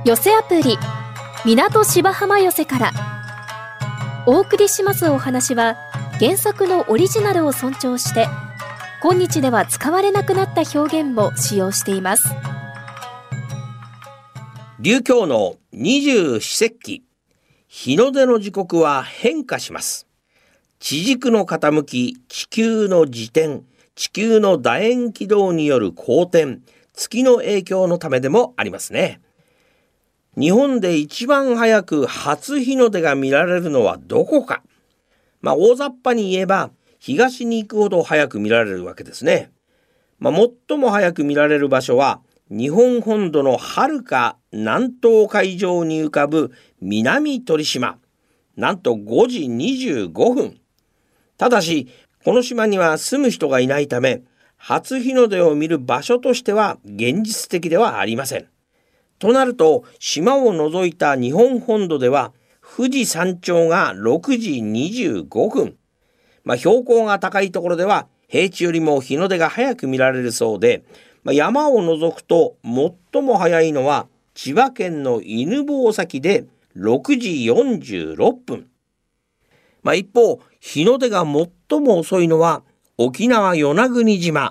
寄せアプリ港芝浜寄せからお送りしますお話は、原作のオリジナルを尊重して今日では使われなくなった表現も使用しています。 琉教の二十四節気、日の出の時刻は変化します。地軸の傾き、地球の自転、地球の楕円軌道による公転、月の影響のためでもありますね。日本で一番早く初日の出が見られるのはどこか。大雑把に言えば東に行くほど早く見られるわけですね。最も早く見られる場所は日本本土の遥か南東海上に浮かぶ南鳥島。なんと5時25分。ただしこの島には住む人がいないため、初日の出を見る場所としては現実的ではありません。となると、島を除いた日本本土では富士山頂が6時25分。標高が高いところでは平地よりも日の出が早く見られるそうで、山を除くと最も早いのは千葉県の犬吠埼で6時46分。一方、日の出が最も遅いのは沖縄与那国島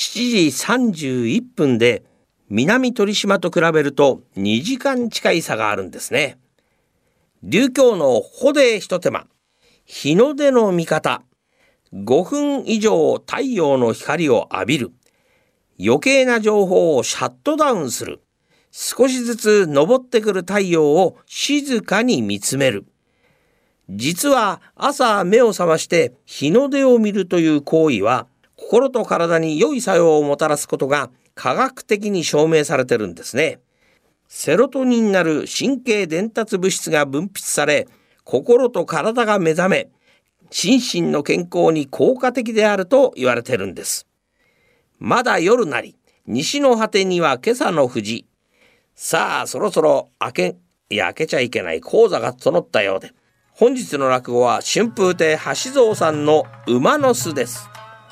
7時31分で、南鳥島と比べると2時間近い差があるんですね。琉教のここで一手間。日の出の見方。5分以上太陽の光を浴びる。余計な情報をシャットダウンする。少しずつ昇ってくる太陽を静かに見つめる。実は朝目を覚まして日の出を見るという行為は、心と体に良い作用をもたらすことが科学的に証明されてるんですね。セロトニンなる神経伝達物質が分泌され、心と体が目覚め、心身の健康に効果的であると言われてるんです。まだ夜なり、西の果てには今朝の富士。さあそろそろ開けちゃいけない講座が整ったようで、本日の落語は春風亭橋蔵さんの馬の巣です。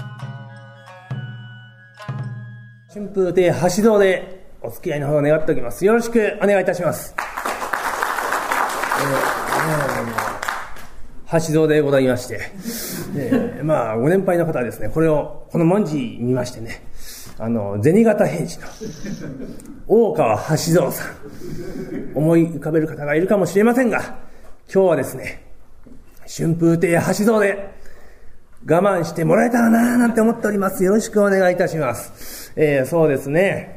春風亭橋蔵でお付き合いの方を願っておきます。よろしくお願いいたします。橋蔵でございまして、ご年配の方はですね、この文字見ましてね、銭形平次の大川橋蔵さん、思い浮かべる方がいるかもしれませんが、今日はですね、春風亭橋蔵で我慢してもらえたらなぁなんて思っております。よろしくお願いいたします。そうですね。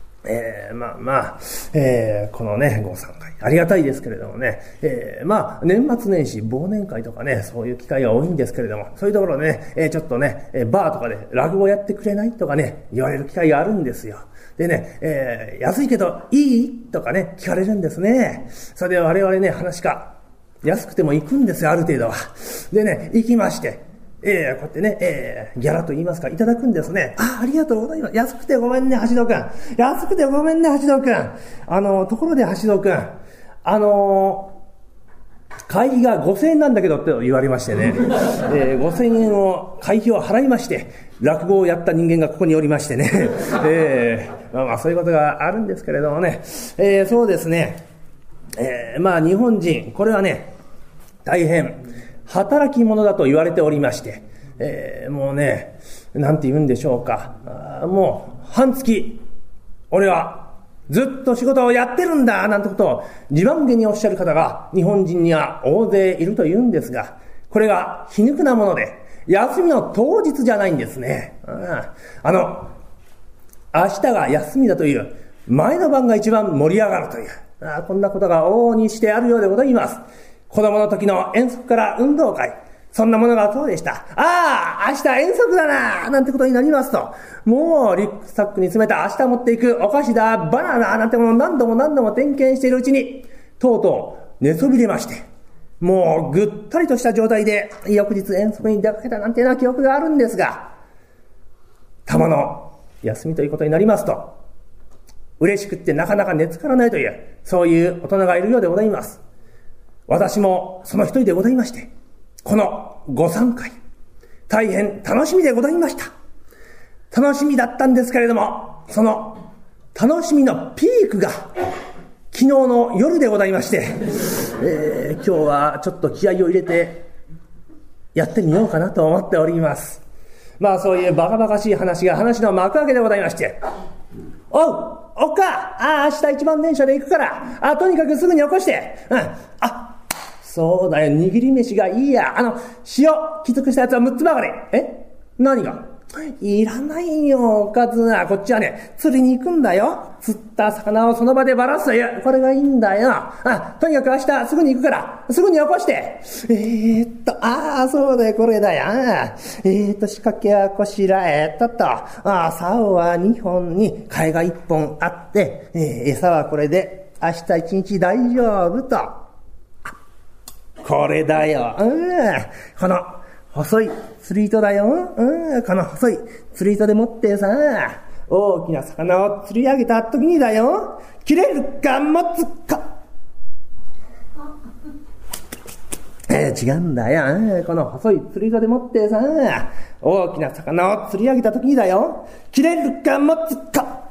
このね、ご参加ありがたいですけれどもね、年末年始忘年会とかね、そういう機会が多いんですけれども、そういうところでね、ちょっとね、バーとかで落語やってくれないとかね、言われる機会があるんですよ。でね、安いけどいいとかね、聞かれるんですね。それで我々ね、話か安くても行くんですよ、ある程度は。でね、行きまして、こうやってね、ギャラと言いますか、いただくんですね。ありがとうございます。安くてごめんね、橋戸くん。安くてごめんね、橋戸くん。ところで橋戸くん、会費が5000円なんだけどって言われましてね、5000円を会費を払いまして、落語をやった人間がここにおりましてね、そういうことがあるんですけれどもね、そうですね、日本人、これはね、大変働き者だと言われておりまして、もうね、なんて言うんでしょうか、もう半月俺はずっと仕事をやってるんだなんてことを自慢げにおっしゃる方が日本人には大勢いると言うんですが、これが皮肉なもので、休みの当日じゃないんですね。明日が休みだという前の晩が一番盛り上がるという、こんなことが往々にしてあるようでございます。子供の時の遠足から運動会、そんなものがそうでした。明日遠足だななんてことになりますと、もうリュックサックに詰めた明日持っていくお菓子だ、バナナなんてものを何度も点検しているうちに、とうとう寝そびれまして、もうぐったりとした状態で翌日遠足に出かけたなんていうような記憶があるんですが、たまの休みということになりますと、嬉しくってなかなか寝つからないという、そういう大人がいるようでございます。私もその一人でございまして、このご参会、大変楽しみでございました。楽しみだったんですけれども、その楽しみのピークが昨日の夜でございまして、今日はちょっと気合を入れてやってみようかなと思っております。まあそういうバカバカしい話が話の幕開けでございまして、おっか、明日一番電車で行くから、とにかくすぐに起こして、そうだよ、握り飯がいいや。塩、きつくしたやつは6つばかり。何が？いらないよ、おかずは。こっちはね、釣りに行くんだよ。釣った魚をその場でばらすという、これがいいんだよ。とにかく明日すぐに行くから、すぐに起こして。そうだよ、これだよ。仕掛けはこしらえと、竿は2本に貝が1本あって、餌はこれで明日一日大丈夫と。これだよ。この細い釣り糸だよ。この細い釣り糸でもってさ、大きな魚を釣り上げた時にだよ、切れるか持つか。違うんだよ。この細い釣り糸でもってさ、大きな魚を釣り上げた時にだよ、切れるか持つか。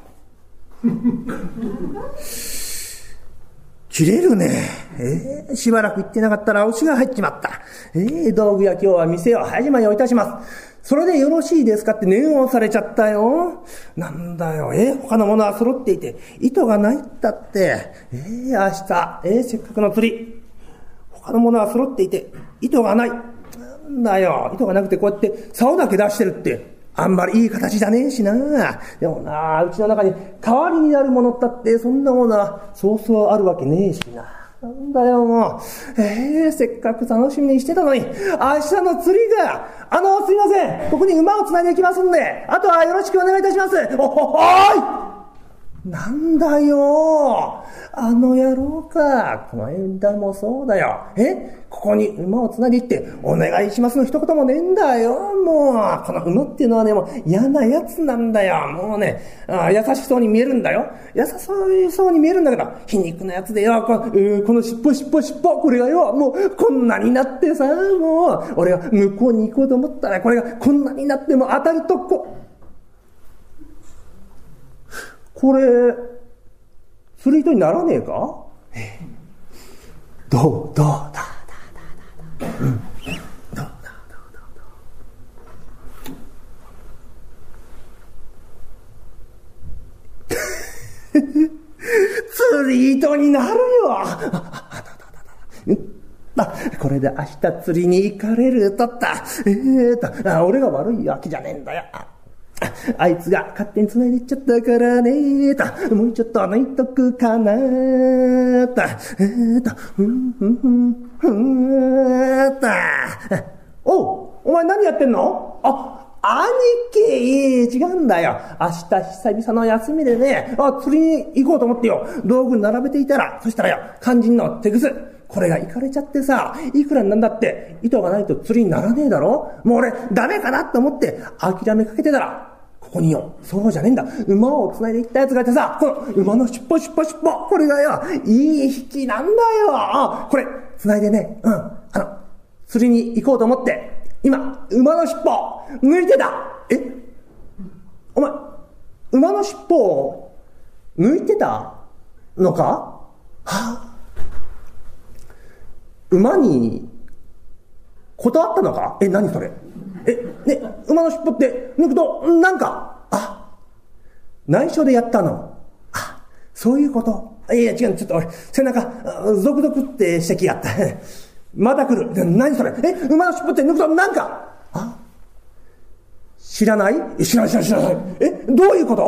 切れるね。しばらく行ってなかったら押しが入っちまった。道具屋今日は店を始まりをいたします。それでよろしいですかって念を押されちゃったよ。なんだよ、他のものは揃っていて、糸がないったって。明日、せっかくの釣り。他のものは揃っていて、糸がない。なんだよ、糸がなくてこうやって竿だけ出してるって。あんまりいい形じゃねえしな。でもな、うちの中に代わりになるものったってそんなものはそうそうあるわけねえしな。なんだよもう。せっかく楽しみにしてたのに、明日の釣りが、すいません、ここに馬をつないでいきますんで、あとはよろしくお願いいたします。おい！なんだよ、野郎か。この間もそうだよ。ここに馬をつないでいってお願いしますの一言もねえんだよ。もうこの馬っていうのはね、もう嫌なやつなんだよ。もうね、優しそうに見えるんだよ。優しそうに見えるんだけど、皮肉なやつでよ。この尻尾これがよ、もうこんなになってさ、もう俺が向こうに行こうと思ったら、これがこんなになっても当たるとこれ、釣り糸にならねえか？どうだ。釣り糸になるよ。これで明日釣りに行かれるとった。俺が悪いわけじゃねえんだよ。あいつが勝手に繋いでいっちゃったからねもうちょっと抜いとくかなお前何やってんの？兄貴、違うんだよ。明日久々の休みでね、釣りに行こうと思ってよ、道具並べていたら、そしたらよ、肝心の手ぐす。これが行かれちゃってさ、いくらなんだって糸がないと釣りにならねえだろ。もう俺ダメかなって思って諦めかけてたら、ここによ、そうじゃねえんだ、馬を繋いでいったやつがいてさ、この馬の尻尾、これがよ、いい引きなんだよ。これ繋いでね、釣りに行こうと思って今馬の尻尾抜いてた。お前馬の尻尾を抜いてたのか？馬に断ったのか？何それ？馬の尻尾って抜くとなんか、内緒でやったの？そういうこと。いや違う、ちょっと俺背中ゾクゾクってしてきやった。また来る。何それ？馬の尻尾って抜くとなんか、知らない？知らない。どういうこと？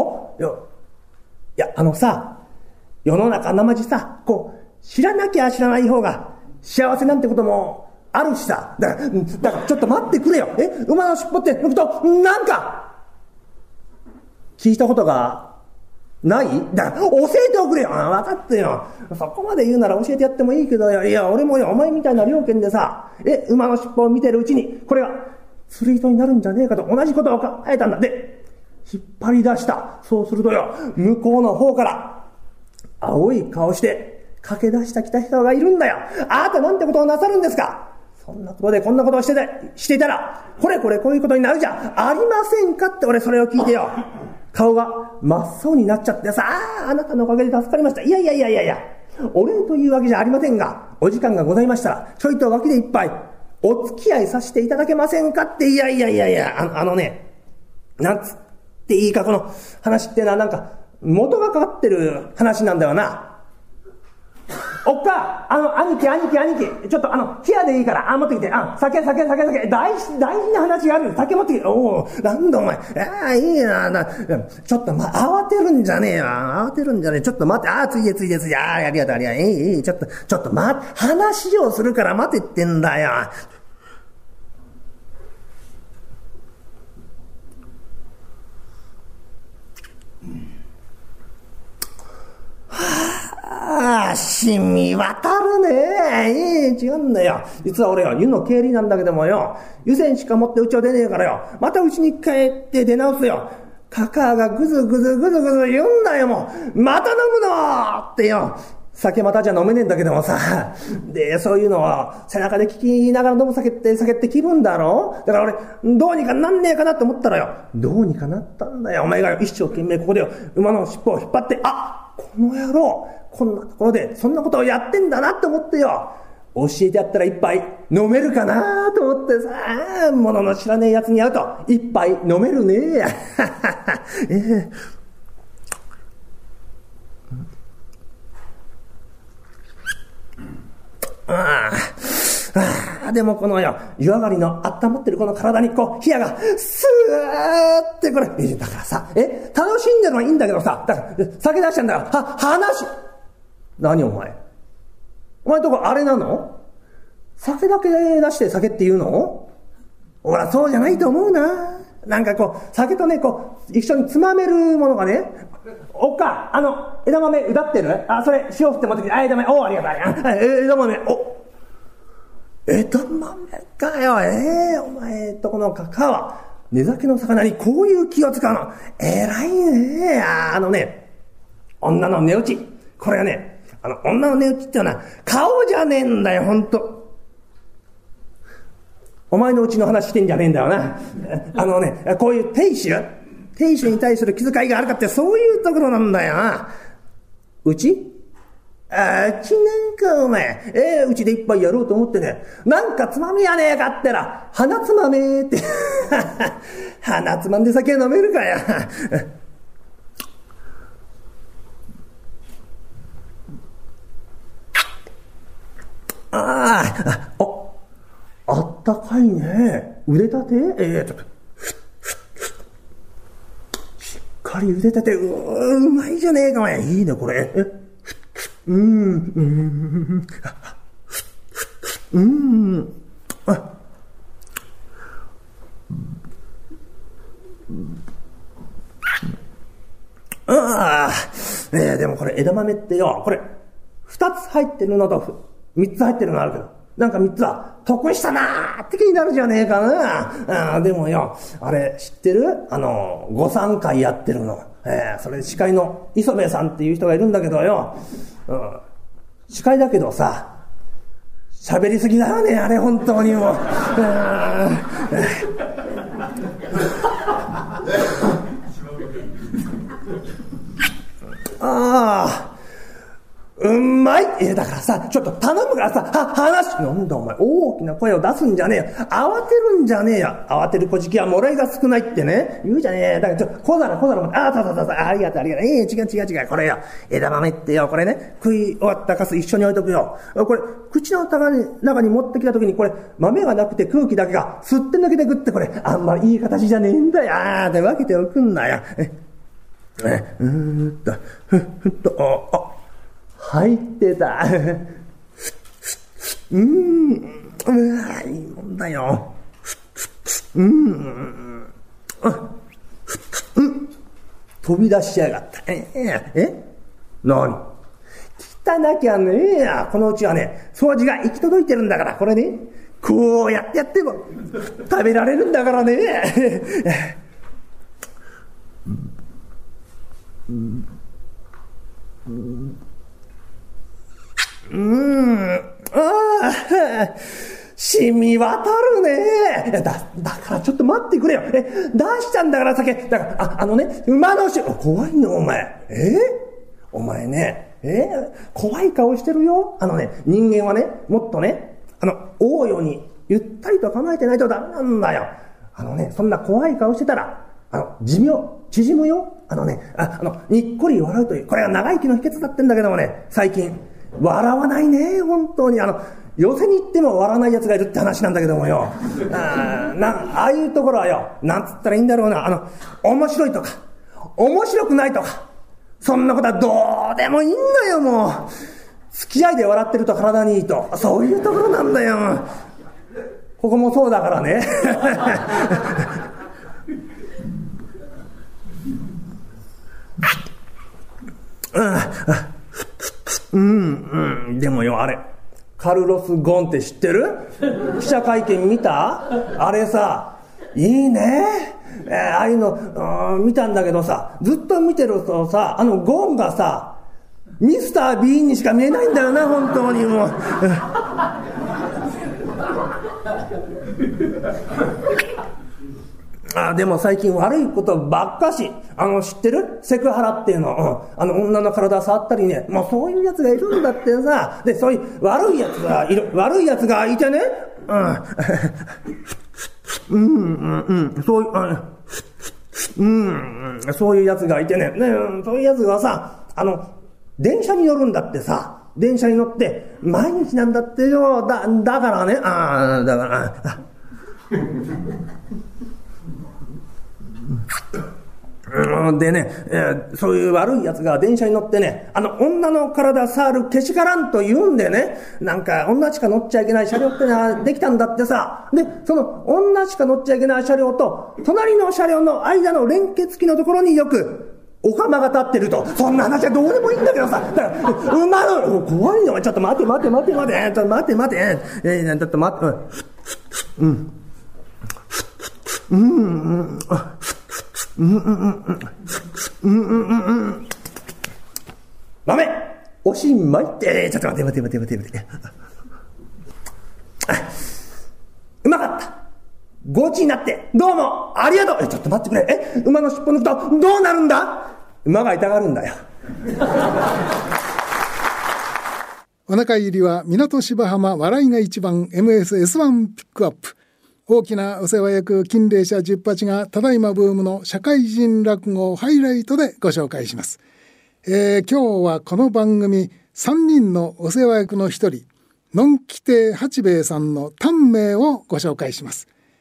いやさ、世の中なまじさ、知らなきゃ知らない方が幸せなんてこともあるしさ。だからちょっと待ってくれよ。馬の尻尾って抜くとなんか聞いたことがない？だから教えておくれよ。分かってよ。そこまで言うなら教えてやってもいいけどよ。いや俺もよ、お前みたいな猟犬でさ、馬の尻尾を見てるうちにこれが釣り糸になるんじゃねえかと同じことを考えたんだ。で引っ張り出した。そうするとよ、向こうの方から青い顔して駆け出してきた人がいるんだよ。あなたなんてことをなさるんですか？そんなことでこんなことをしていたら、こういうことになるじゃありませんかって。俺それを聞いてよ、顔が真っ青になっちゃってさ、あなたのおかげで助かりました。いやお礼というわけじゃありませんが、お時間がございましたら、ちょいと脇で一杯、お付き合いさせていただけませんかって、いや、なんつっていいか、この話ってのはなんか、元がかかってる話なんだよな。おっか、兄貴、ちょっと冷やでいいから、持ってきて、酒、大事な話がある。酒持ってきて、なんだお前、いいな、ちょっと慌てるんじゃねえ、ちょっと待って、ついで、ありがとう、ちょっと待って、話をするから待てってんだよ。染み渡るね。違うんだよ。実は俺よ、湯の経理なんだけどもよ、湯煎しか持ってうちを出ねえからよ、またうちに帰って出直すよ。カカアがぐずぐず言うんだよ、もう。また飲むのってよ。酒またじゃ飲めねえんだけどもさ。で、そういうのを背中で聞きながら飲む酒って気分だろ。だから俺、どうにかなんねえかなって思ったらよ、どうにかなったんだよ。お前が一生懸命ここでよ、馬の尻尾を引っ張って、この野郎、こんなところでそんなことをやってんだなって思ってよ、教えてやったら一杯飲めるかなと思ってさ、ものの知らねえやつに会うと一杯飲めるね。でもこのよ、湯上がりの温まってるこの体にこう、冷やがスーってこれ、だからさ、楽しんでるのはいいんだけどさ、だから酒出しちゃうんだから、何お前んとこあれなの？酒だけ出して酒って言うの？ほら、そうじゃないと思うな。なんかこう、酒とね、こう、一緒につまめるものがね、おっか、枝豆、うだってる？それ、塩振って持ってきて、枝豆、ありがとう。枝豆、枝豆かよ、お前とこのカカは、根酒の魚にこういう気を使うの。偉いね。女の値打ち。これはね、女の値打ちってのは顔じゃねえんだよ、ほんと。お前のうちの話してんじゃねえんだよな。こういう亭主に対する気遣いがあるかって、そういうところなんだよな。うちなんかお前、うちで一杯やろうと思ってね、なんかつまみやねえかってら、鼻つまめーって。鼻つまんで酒飲めるかよ。あったかいね。腕立て？ちょっと。しっかり腕立て、うまいじゃねえか、お前。いいね、これ。でもこれ枝豆ってよ、これ、2つ入ってるのと3つ入ってるのあるけど、なんか3つは得したなーって気になるじゃねえかな。でもよ、あれ知ってる？御参会やってるの。それ司会の磯部さんっていう人がいるんだけどよ、司会だけどさ、喋りすぎだよね、あれ本当にもう。うまい。だからさ、ちょっと頼むからさ、なんだお前、大きな声を出すんじゃねえよ。慌てるんじゃねえよ。慌てる小じきはもらいが少ないってね、言うじゃねえよ。だからちょっと小皿、ありがとう。違う。これよ、枝豆ってよ、これね、食い終わったカス一緒に置いとくよ。これ、口の中に持ってきた時に、これ、豆がなくて空気だけが吸って抜けてくって、これ、あんまりいい形じゃねえんだよ。で、分けておくんだよ。入ってた。いいもんだよ。飛び出しやがった。何？汚きゃねえや。このうちはね、掃除が行き届いてるんだから、これね、こうやっても食べられるんだからね。染み渡るね。だからちょっと待ってくれよ。出したんだから酒。だから、馬の怖いのお前。お前ね、 怖い顔してるよ。人間はね、もっとね、王ようにゆったりと構えてないとダメなんだよ。そんな怖い顔してたら、寿命、縮むよ。にっこり笑うという、これが長生きの秘訣だってんだけどもね、最近、笑わないね、本当に。寄せに行っても笑わない奴がいるって話なんだけどもよ。ああいうところはよ、なんつったらいいんだろうな、面白いとか、面白くないとか、そんなことはどうでもいいんだよ、もう。付き合いで笑ってると体にいいと、そういうところなんだよ。ここもそうだからね。でもよ、カルロス・ゴーンって知ってる？記者会見見た？あれさ、いいね。ああいうの見たんだけどさ、ずっと見てるとさ、ゴーンがさ、ミスター・ビーンにしか見えないんだよな、本当にもう。でも最近悪いことばっかし、知ってる？セクハラっていうの。女の体触ったりね、もうそういうやつがいるんだってさ。で、そういう悪いやつがいる。悪いやつがいてね。そういうやつがいてね。そういうやつがさ、電車に乗るんだってさ。電車に乗って、毎日なんだってよ。だからね、だから、でね、そういう悪い奴が電車に乗ってね、女の体触るけしからんと言うんでね、なんか女しか乗っちゃいけない車両ってのはできたんだってさ。で、その女しか乗っちゃいけない車両と、隣の車両の間の連結機のところによく、お釜が立ってると。そんな話はどうでもいいんだけどさ。だから、馬の、怖いよ。ちょっと待て。ちょっと待て。ちょっと待って。ダメ！おしまいって、ちょっと待て。うまかった。ごちになって、どうもありがとう。ちょっと待ってくれ。馬の尻尾抜くとどうなるんだ？馬が痛がるんだよ。 お腹入りは港芝浜笑いが一番 MSS1 ピックアップ。大きなお世話役金霊社十八がただいまブームの社会人落語をハイライトでご紹介します。今日はこの番組3人のお世話役の一人、のんき亭八兵衛さんの短命をご紹介します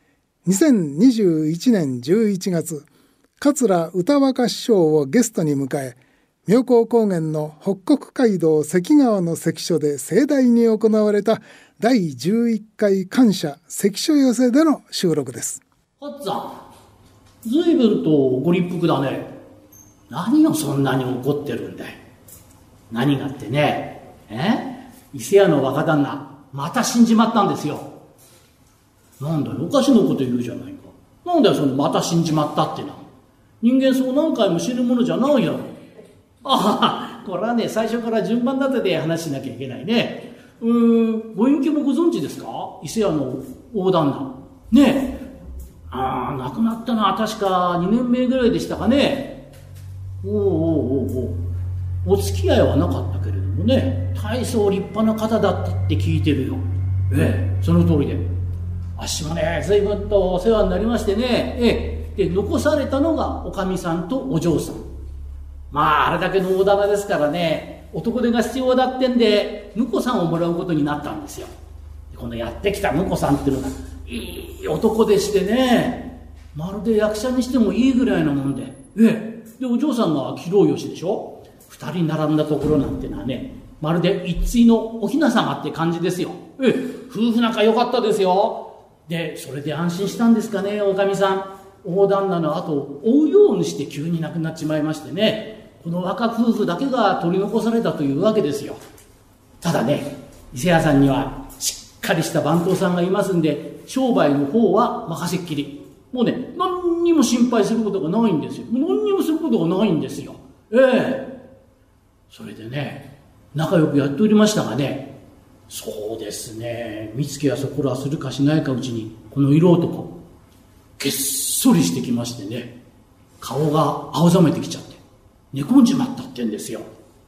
。2021年11月、桂歌若師匠をゲストに迎え、妙高高原の北国街道関川の関所で盛大に行われた第11回感謝関所寄せでの収録です。 はっさん、随分とご立腹だね。何をそんなに怒ってるんだい。何がってね、伊勢屋の若旦那、また死んじまったんですよ。なんだよ、おかしなこと言うじゃないか。なんだよ、そのまた死んじまったってな。人間そう何回も死ぬものじゃないやろ。これはね、最初から順番立てて話しなきゃいけないね。ご隠居もご存知ですか？伊勢屋の大旦那。ねえ。亡くなったのは確か2年目ぐらいでしたかね。お付き合いはなかったけれどもね、大層立派な方だったって聞いてるよ。その通りで。あっしもね、随分とお世話になりましてね。で、残されたのがおかみさんとお嬢さん。あれだけの大棚ですからね、男手が必要だってんで、婿さんをもらうことになったんですよ。このやってきた婿さんっていうのが、いい男でしてね、まるで役者にしてもいいぐらいなもんで。で、お嬢さんが器量よしでしょ。二人並んだところなんてのはね、まるで一対のお雛様って感じですよ。夫婦仲良かったですよ。で、それで安心したんですかね、おかみさん。大旦那の後を追うようにして急に亡くなっちまいましてね、この若夫婦だけが取り残されたというわけですよ。ただね、伊勢屋さんにはしっかりした番頭さんがいますんで、商売の方は任せっきり。もうね、何にも心配することがないんですよ。何にもすることがないんですよ。それでね、仲良くやっておりましたがね、そうですね、見つけやそこらするかしないかうちに、この色男、げっそりしてきましてね、顔が青ざめてきちゃって、寝込んじまったってんですよ。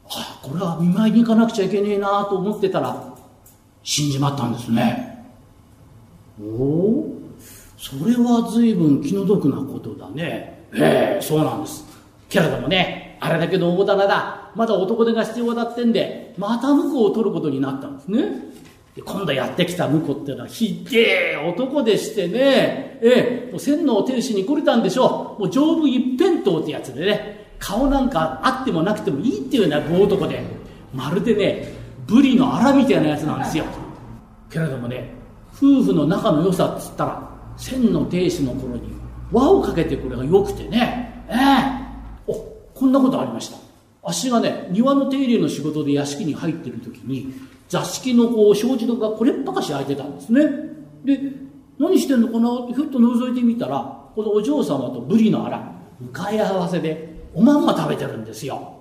これは見舞いに行かなくちゃいけねえなと思ってたら死んじまったんですね。おお、それは随分気の毒なことだね。そうなんです。けれどもね、あれだけの大棚だ、まだ男手が必要だってんで、また婿を取ることになったんですね。で、今度やってきた婿ってのはひでえ男でしてね、もう洗脳天使に来れたんでしょう。もう丈夫一辺倒ってやつでね、顔なんかあってもなくてもいいっていうような豪男で、まるでね、ブリのアラみたいなやつなんですよ。けれどもね、夫婦の仲の良さっつったら、洗脳天使の頃に輪をかけてこれが良くてね、こんなことありました。あっしがね、庭の手入れの仕事で屋敷に入ってる時に、座敷の障子戸がこれっぱかし開いてたんですね。で、何してんのかなってふっと覗いてみたら、このお嬢様とブリのアラ、向かい合わせでおまんま食べてるんですよ。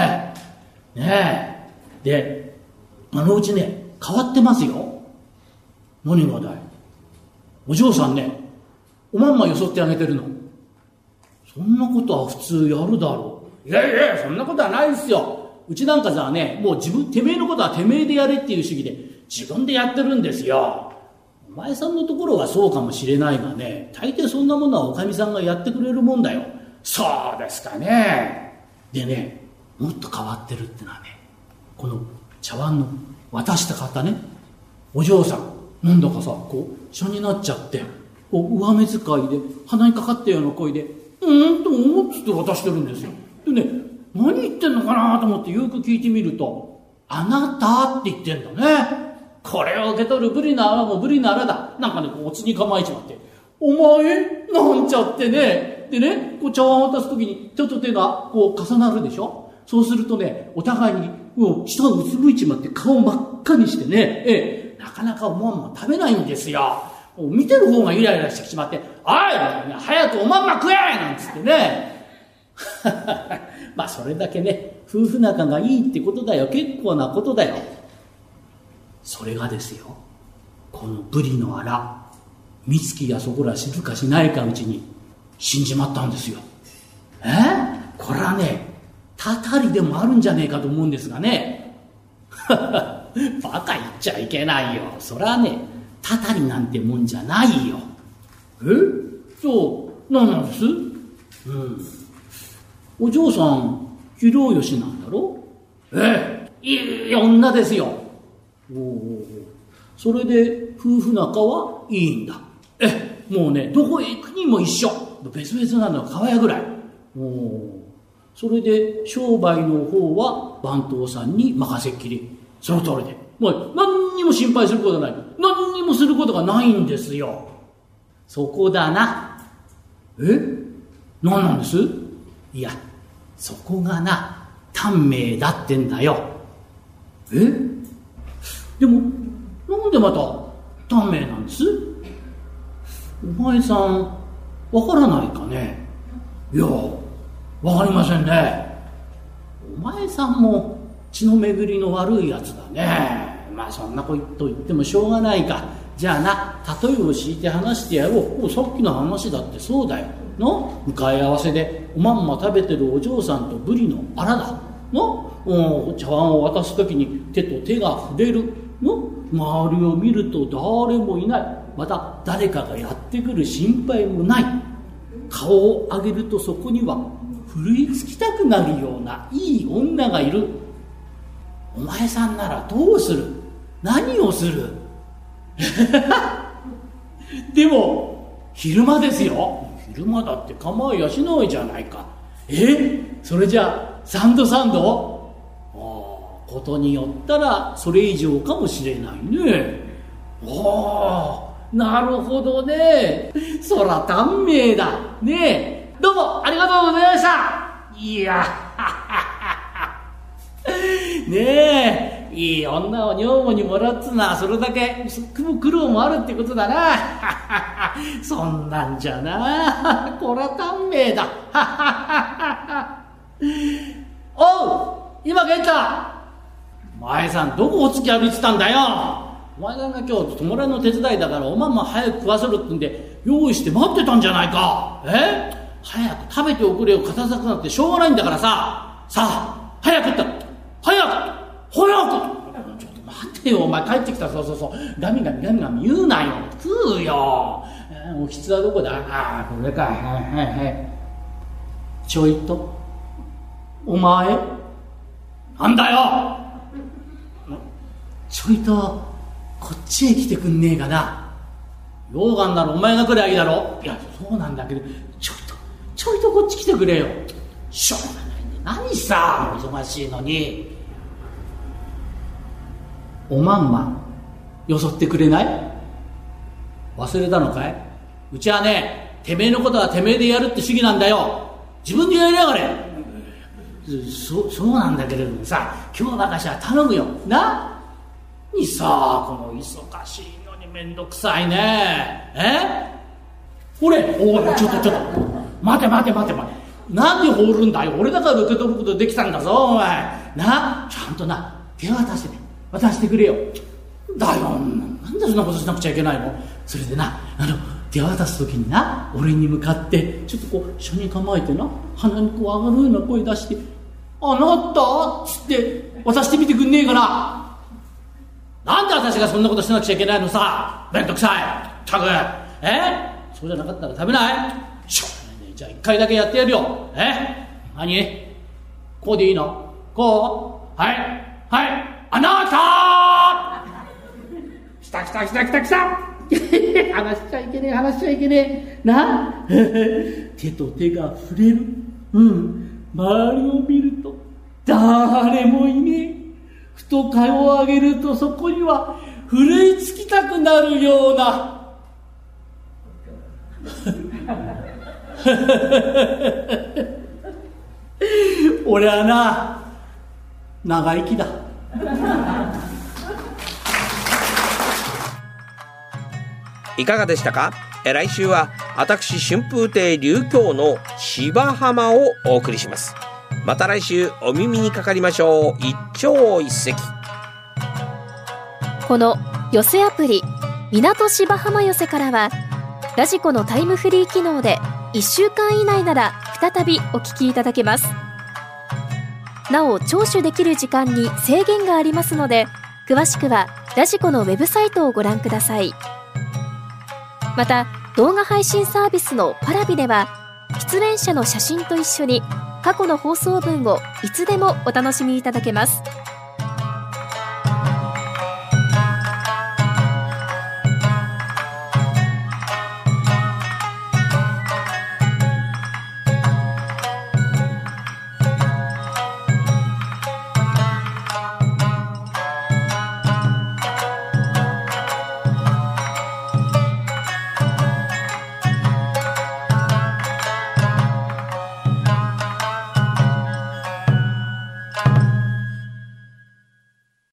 で、あのうちね、変わってますよ。何がだい？お嬢さんね、おまんまよそってあげてるの。そんなことは普通やるだろう。いや、そんなことはないですよ。うちなんかさね、もうてめえのことはてめえでやれっていう主義で、自分でやってるんですよ。お前さんのところはそうかもしれないがね、大抵そんなものはおかみさんがやってくれるもんだよ。そうですかね。でね、もっと変わってるってのはね、この茶碗の渡した方ね、お嬢さん、なんだかさ、こう、茶になっちゃって、こう、上目遣いで、鼻にかかったような声で、と思って渡してるんですよ。でね、何言ってんのかなと思ってよく聞いてみると、あなたって言ってんだね。これを受け取るブリのアラもブリのアラだ。なんかね、こうおつに構えちまって、お前なんちゃってね。でね、こう茶碗を渡すときに手と手がこう重なるでしょ。そうするとね、お互いに舌をうつむいちまって顔真っ赤にしてね、なかなかおまんま食べないんですよ。見てる方がイライラしてきちまって、おい早くおまんま食えなんつってね。まあそれだけね、夫婦仲がいいってことだよ。結構なことだよ。それがですよ、このブリのアラ、美月やそこら知るかしないかうちに死んじまったんですよ。これはね、たたりでもあるんじゃねえかと思うんですがね。バカ言っちゃいけないよ。そりゃね、たたりなんてもんじゃないよ。何なんです？お嬢さん、広吉なんだろ？いい女ですよ。それで夫婦仲はいいんだ。もうね、どこへ行くにも一緒。別々なのは川屋ぐらい。それで商売の方は番頭さんに任せっきり。その通りで。もう何にも心配することない。何にもすることがないんですよ。そこだな。何なんです？いや、そこがな、短命だってんだよ。でも、なんでまた短命なんです？お前さん、わからないかね？いや、わかりませんね。お前さんも血の巡りの悪いやつだね。まあそんなこと言ってもしょうがないか。じゃあな、例えを敷いて話してやろう。さっきの話だってそうだよ。向かい合わせでおまんま食べてるお嬢さんとブリのアラだ。茶碗を渡すときに手と手が触れる。周りを見ると誰もいない。また誰かがやってくる心配もない。顔を上げるとそこにはふるいつきたくなるようないい女がいる。お前さんならどうする？何をする？でも昼間ですよ。昼間だって構いやしないじゃないか。それじゃあサンドことによったらそれ以上かもしれないね。なるほどね。そら短命だね。どうもありがとうございました。いやねえ、いい女を女房にもらっつな、それだけ苦労もあるってことだな。そんなんじゃな、こら短命だ。おう、今帰った。前さん、どこお突き歩いてたんだよ。お前さんが今日弔いの手伝いだからおまんま早く食わせろってんで用意して待ってたんじゃないか。早く食べておくれよ。片付くなんてしょうがないんだからさあ早くって早ちょっと待てよ、お前帰ってきた。そうガミガミ言うなよ。食うよ。おひつはどこだ。これか。はい。ちょいとお前なんだよ。ちょいとこっちへ来てくんねえかな。溶岩ならお前が来りゃいいだろ。いやそうなんだけど、ちょいとこっち来てくれよ。しょうがないね。何さ、忙しいのに。おまんまよそってくれない？忘れたのかい？うちはね、てめえのことはてめえでやるって主義なんだよ。自分でやりやがれ。そうなんだけれどもさ、今日ばかしは頼むよな。にさ、この忙しいのにめんどくさいね。おいちょっと待て。なんで放るんだよ。俺だから受け取ることできたんだぞ、お前な。ちゃんとな、手渡してくれよ。だよ、なんでそんなことしなくちゃいけないの。それでな、手渡す時にな、俺に向かってちょっとこう車に構えてな、鼻にこう上がるような声出して、あなたっつって渡してみてくんねえかな。なんで私がそんなことしなくちゃいけないのさ。めんどくさい。ったくそうじゃなかったら食べない？しょうがないね。じゃあ一回だけやってやるよ。何？こうでいいの？こう？はいあなた来た話しちゃいけねえな。手と手が触れる。周りを見ると誰もいねえ。ふと顔を上げるとそこにはふるいつきたくなるような俺はな、長生きだ。 いかがでしたか？来週は私春風亭柳京の芝浜をお送りします。また来週お耳にかかりましょう。一朝一夕。 この寄せアプリ港芝浜寄せからはラジコのタイムフリー機能で1週間以内なら再びお聞きいただけます。なお聴取できる時間に制限がありますので、詳しくはラジコのウェブサイトをご覧ください。また動画配信サービスのパラビでは出演者の写真と一緒に過去の放送分をいつでもお楽しみいただけます。